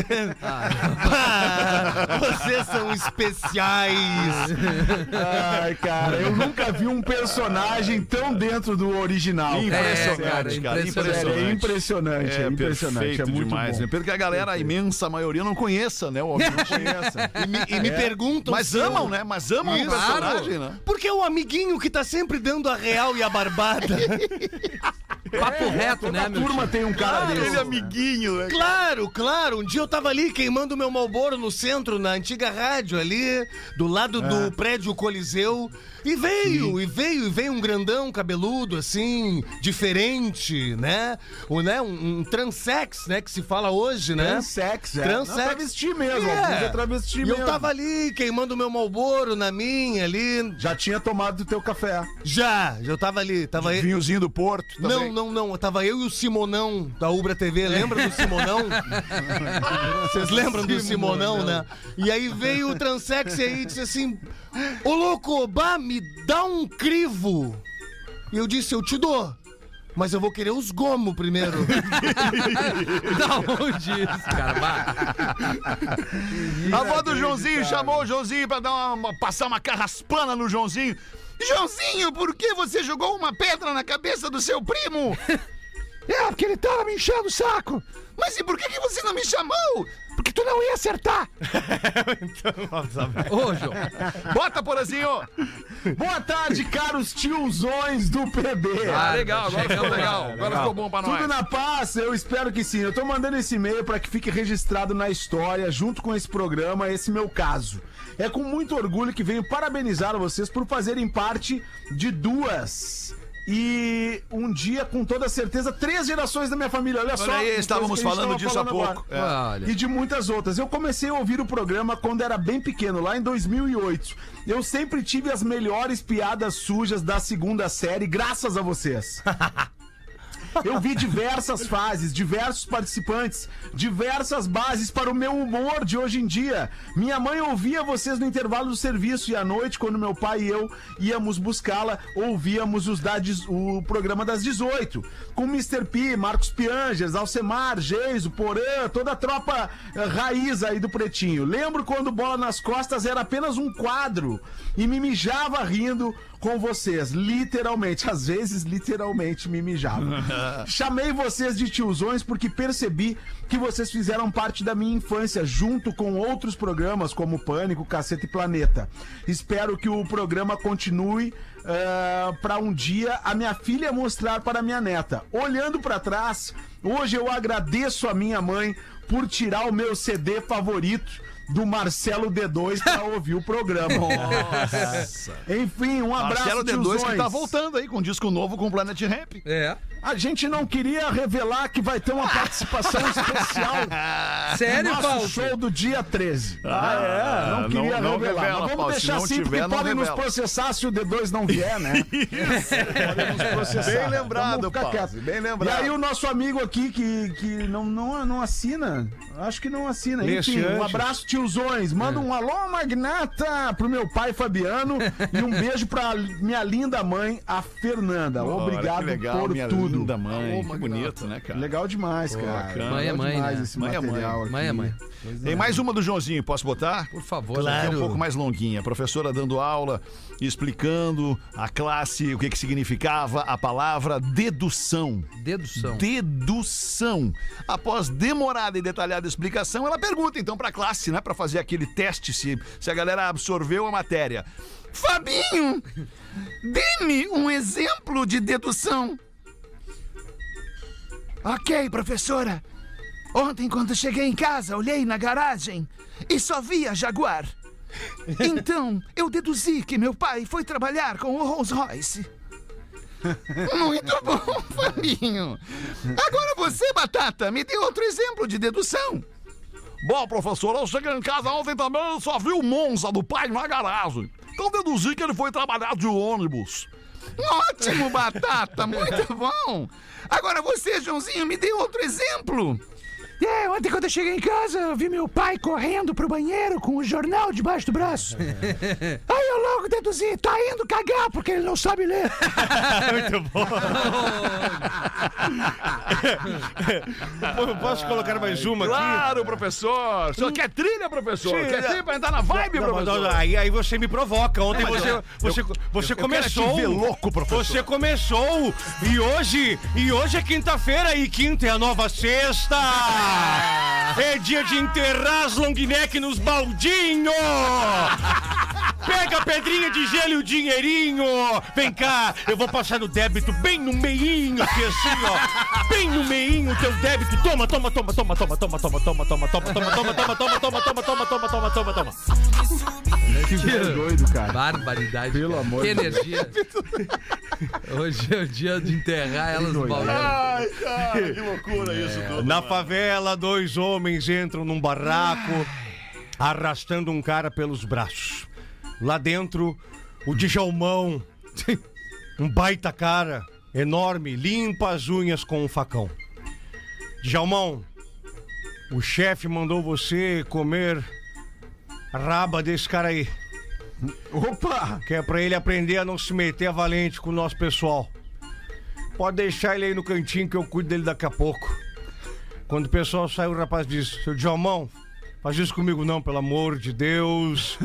vocês são especiais. Ai, cara, eu nunca vi um personagem tão dentro do original. Impressionante, cara. É impressionante. É Perfeito é muito demais, bom. né? Porque a galera, a imensa maioria, não conheça, né? Não conheça. E me perguntam... Mas amam, né? Mas amam o personagem, né? Porque é o amiguinho que tá sempre dando a real e a barbada. Papo reto, né, A meu turma tem um cara desse. Aquele amiguinho, né? Claro. Um dia eu tava ali queimando meu Marlboro no centro, na antiga rádio ali, do lado do prédio Coliseu. E veio um grandão cabeludo, assim, diferente, né? Um transex, né? Que se fala hoje, né? Transex, Transex. Não, travesti mesmo, alguns é travesti E mesmo. eu tava ali queimando meu Marlboro na minha ali. Já tinha tomado do teu café. Eu tava ali. Vinhozinho do Porto também. Não. Tava eu e o Simonão da Ubra TV. Lembra do Simonão? Vocês lembram do Simonão, né? E aí veio o transex e aí disse assim: ô louco, me dá um crivo. E eu disse: eu te dou, mas eu vou querer os gomos primeiro. Da onde isso, cara? A avó do Joãozinho chamou o Joãozinho pra passar uma carraspana no Joãozinho. Joãozinho, por que você jogou uma pedra na cabeça do seu primo? Porque ele tava me enchendo o saco. Mas e por que você não me chamou? Porque tu não ia acertar. Ô, João. Bota, Porazinho. Boa tarde, caros tiozões do PB. Legal, agora ficou legal. Agora ficou bom pra nós. Tudo na paz? Eu espero que sim. Eu tô mandando esse e-mail pra que fique registrado na história, junto com esse programa, esse meu caso. É com muito orgulho que venho parabenizar vocês por fazerem parte de duas... E um dia, com toda certeza, 3 gerações da minha família. Olha só. Aí, estávamos falando disso há pouco. E de muitas outras. Eu comecei a ouvir o programa quando era bem pequeno, lá em 2008. Eu sempre tive as melhores piadas sujas da segunda série, graças a vocês. Eu vi diversas fases, diversos participantes, diversas bases para o meu humor de hoje em dia. Minha mãe ouvia vocês no intervalo do serviço e à noite, quando meu pai e eu íamos buscá-la, ouvíamos o programa das 18. Com Mr. P, Marcos Piangers, Alcemar, Geiso, Porã, toda a tropa raiz aí do Pretinho. Lembro quando Bola nas Costas era apenas um quadro e me mijava rindo com vocês, literalmente, às vezes literalmente me mijava. Chamei vocês de tiozões porque percebi que vocês fizeram parte da minha infância, junto com outros programas como Pânico, Caceta e Planeta. Espero que o programa continue para um dia a minha filha mostrar para a minha neta. Olhando para trás, hoje eu agradeço a minha mãe por tirar o meu CD favorito do Marcelo D2 pra ouvir o programa. Nossa. Enfim, um abraço, Marcelo D2 tiozões. que tá voltando aí com um disco novo com o Planet Ramp. A gente não queria revelar que vai ter uma participação especial. Sério, no Paulo? nosso show do dia 13. Não queria não revelar. revela, Mas vamos Paulo, deixar se assim, não porque tiver, não podem nos revela. processar se o D2 não vier, né? Podem nos processar. Bem lembrado, Vamos ficar Paulo, quietos. bem lembrado. E aí o nosso amigo aqui que não assina, acho que não assina. Enfim, Nesse um antes. abraço, tiozões. Manda um alô, magnata, pro meu pai Fabiano e um beijo pra minha linda mãe, a Fernanda. Obrigado Olha, que legal, por minha tudo. linda mãe, que bonito, né, cara? Legal demais, cara. bacana. Mãe é Legal mãe, demais né? esse Mãe é mãe. material aqui. Mãe é mãe. Tem mais uma do Joãozinho, posso botar? Por favor. Essa aqui é um pouco mais longuinha. A professora dando aula, explicando a classe, o que significava a palavra dedução. Dedução. Dedução. Após demorada e detalhada explicação, ela pergunta então pra classe, né, pra fazer aquele teste se a galera absorveu a matéria. Fabinho, dê-me um exemplo de dedução. Ok, professora. Ontem, quando cheguei em casa, olhei na garagem e só via Jaguar. Então, eu deduzi que meu pai foi trabalhar com o Rolls Royce. Muito bom, Fabinho. Agora você, Batata, me dê outro exemplo de dedução. Bom, professor, eu cheguei em casa ontem também e só vi o Monza do pai na garagem. Então deduzi que ele foi trabalhar de ônibus. Ótimo, Batata, muito bom. Agora você, Joãozinho, me dê outro exemplo. Ontem quando eu cheguei em casa, eu vi meu pai correndo pro banheiro com o jornal debaixo do braço. Aí eu logo deduzi, tá indo cagar porque ele não sabe ler. Muito bom. Posso colocar mais uma aqui? Claro, professor. O senhor quer trilha, professor? Sim, Quer trilha pra entrar na vibe, professor? Aí você me provoca. Ontem você eu começou. quero te ver louco, professor. Você começou. E hoje é quinta-feira e quinta é a nova sexta. É dia de enterrar as long neck nos baldinhos. Pega a pedrinha de gelo e o dinheirinho. Vem cá, eu vou passar no débito bem no meinho, aqui assim, ó. Bem no meinho o teu débito. Toma. Que doido, cara. Barbaridade. Pelo amor que de Deus. energia. Hoje é o dia de enterrar elas no balão. Ai, cara, que loucura isso tudo. Na favela, 2 homens entram num barraco arrastando um cara pelos braços. Lá dentro, o Djalmão, um baita cara, enorme, limpa as unhas com um facão. Djalmão, o chefe mandou você comer a raba desse cara aí. Opa! Que é pra ele aprender a não se meter a valente com o nosso pessoal. Pode deixar ele aí no cantinho que eu cuido dele daqui a pouco. Quando o pessoal sai, o rapaz diz: seu Djalmão, faz isso comigo não, pelo amor de Deus.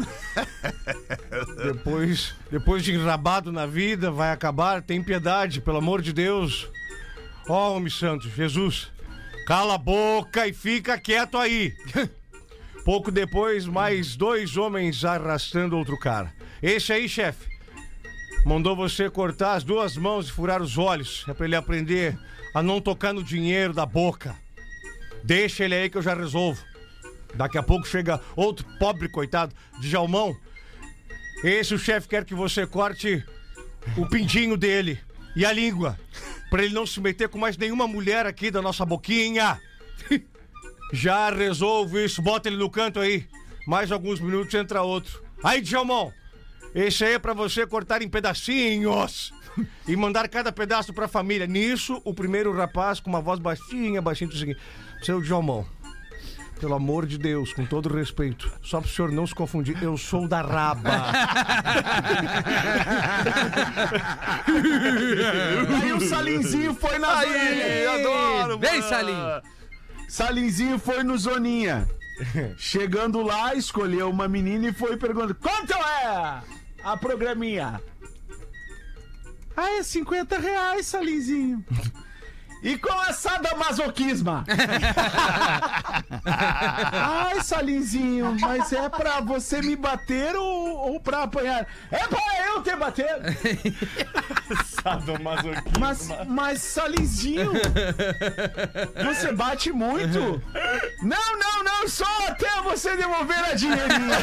Depois de enrabado na vida, vai acabar, tem piedade, pelo amor de Deus. Ó, homem santo, Jesus, cala a boca e fica quieto aí. Pouco depois, mais 2 homens arrastando outro cara. Esse aí, chefe, mandou você cortar as 2 mãos e furar os olhos. É pra ele aprender a não tocar no dinheiro da boca. Deixa ele aí que eu já resolvo. Daqui a pouco chega outro pobre coitado, Djalmão. Esse o chefe quer que você corte o pintinho dele e a língua, pra ele não se meter com mais nenhuma mulher aqui da nossa boquinha. Já resolvo isso, bota ele no canto aí. Mais alguns minutos entra outro. Aí, Djalmão, esse aí é pra você cortar em pedacinhos e mandar cada pedaço pra família. Nisso, o primeiro rapaz com uma voz baixinha, diz o seguinte: seu Djalmão, pelo amor de Deus, com todo respeito, só pro senhor não se confundir, eu sou da raba. Aí o Salinzinho foi na Aí, adoro, Vem, mano. Salinho. Salinzinho foi no Zoninha. Chegando lá, escolheu uma menina e foi perguntando: quanto é a programinha? Ah, é 50 reais, Salinzinho. E com a sadomasoquisma? Ai, Salinzinho, mas é pra você me bater ou pra apanhar? É pra eu te bater. Sadomasoquismo. Mas Salinzinho, você bate muito? Não, só até você devolver a dinheirinha.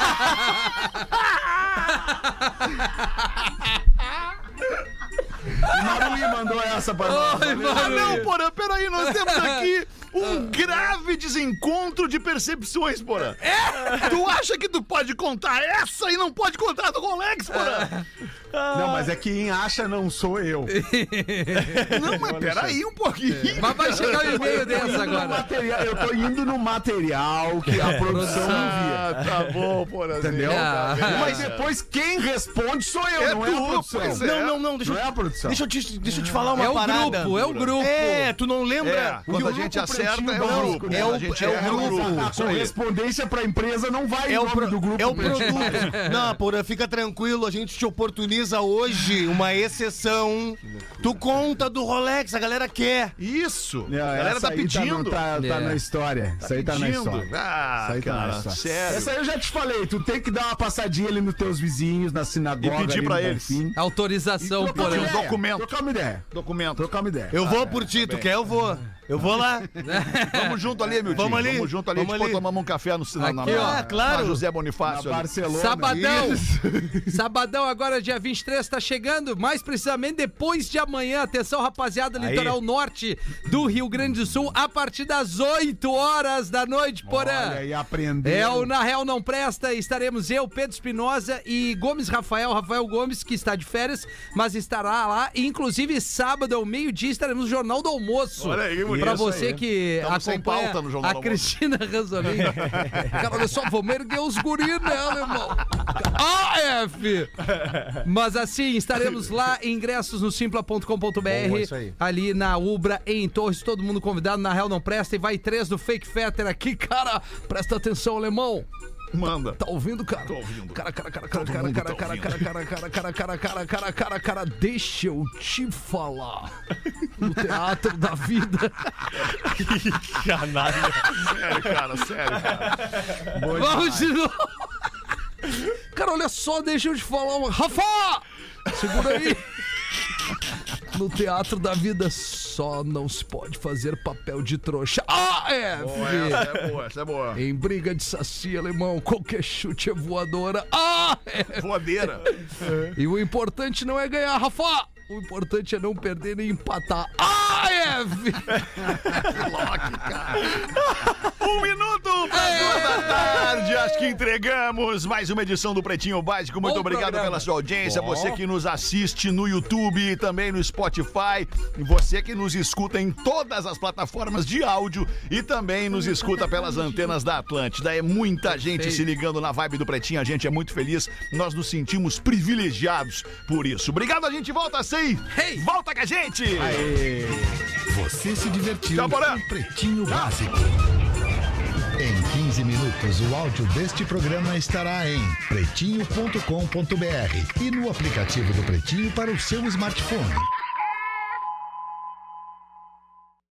O Maruli mandou essa pra nós. Ah, não, Porã, peraí, nós temos aqui um grave desencontro de percepções, Porã. É? Tu acha que tu pode contar essa e não pode contar do Rolex, Porã? Não, mas é quem acha não sou eu. Não, mas peraí um pouquinho. Mas vai chegar o e-mail dessa agora. Eu tô indo no material que a produção não via. Ah, tá bom, Porã. Entendeu? Mas depois quem responde sou eu, não é a produção. Não, deixa Não é a produção. eu te falar uma parada. É o grupo. É, tu não lembra? Quando a gente acerta, é o grupo. É Quando a gente erra, A Isso aí. correspondência pra empresa não vai É em o, nome do grupo. é o produto. Não, porra, fica tranquilo, a gente te oportuniza hoje uma exceção. Tu conta do Rolex, a galera quer. Isso. Não, A galera essa tá aí pedindo. Tá na história. Isso aí tá na Pedindo. história. Ah, Isso aí tá na cara, história. sério. Essa aí eu já te falei. Tu tem que dar uma passadinha ali nos teus vizinhos, na sinagoga. E pedir ali pra no eles. Bonfim. Autorização, Trocar uma porém. ideia, documento. Trocar uma ideia. Documento. Trocar uma ideia. Eu vou por ti, tu quer? Eu vou. Eu vou lá. Vamos junto ali, meu tio. Vamos ali. Vamos junto ali. Vamos Depois ali. tomamos um café no cinema. Aqui, ó. Claro. José Bonifácio. Na ali. Barcelona. Sabadão. Sabadão agora, dia 23, tá chegando. Mais precisamente depois de amanhã. Atenção, rapaziada, litoral norte do Rio Grande do Sul, a partir das 8 horas da noite, Porã. Olha aí, aprendeu. É o Na Real Não Presta. Estaremos eu, Pedro Espinosa e Rafael Gomes, que está de férias, mas estará lá. E, inclusive, sábado ao meio-dia estaremos no Jornal do Almoço. Olha aí, Lá Pra você que Tamo sem acompanha pauta no Jornal a do Cristina Ranzolin. Cara, olha só, vamos erguer os guris nela, irmão. AF! Mas assim, estaremos lá, ingressos no simpla.com.br, isso aí. ali na Ubra, em Torres, todo mundo convidado, na Real Não Presta, e vai 3 do Fake Fetter aqui, cara, presta atenção, alemão. Manda. Tá ouvindo, cara? Tô ouvindo. Cara, deixa eu te falar. No Teatro da Vida. Canalha. Sério, cara. Vamos de novo. Cara, olha só, deixa eu te falar. Rafa! Segura aí. No Teatro da Vida só não se pode fazer papel de trouxa. Essa é boa. Em briga de saci, alemão, qualquer chute é voadora. Voadeira. E o importante não é ganhar, Rafa. O importante é não perder nem empatar. Loki, cara. 1 minuto para 2 da tarde. Acho que entregamos mais uma edição do Pretinho Básico. Muito Bom obrigado programa. pela sua audiência. Você que nos assiste no YouTube e também no Spotify. E você que nos escuta em todas as plataformas de áudio e também nos escuta pelas antenas da Atlântida. É muita gente se ligando na vibe do Pretinho. A gente é muito feliz. Nós nos sentimos privilegiados por isso. Obrigado, a gente volta assim. Volta com a gente. Você se divertiu Tchau, Porã. com Pretinho Básico. Em 15 minutos, o áudio deste programa estará em pretinho.com.br e no aplicativo do Pretinho para o seu smartphone.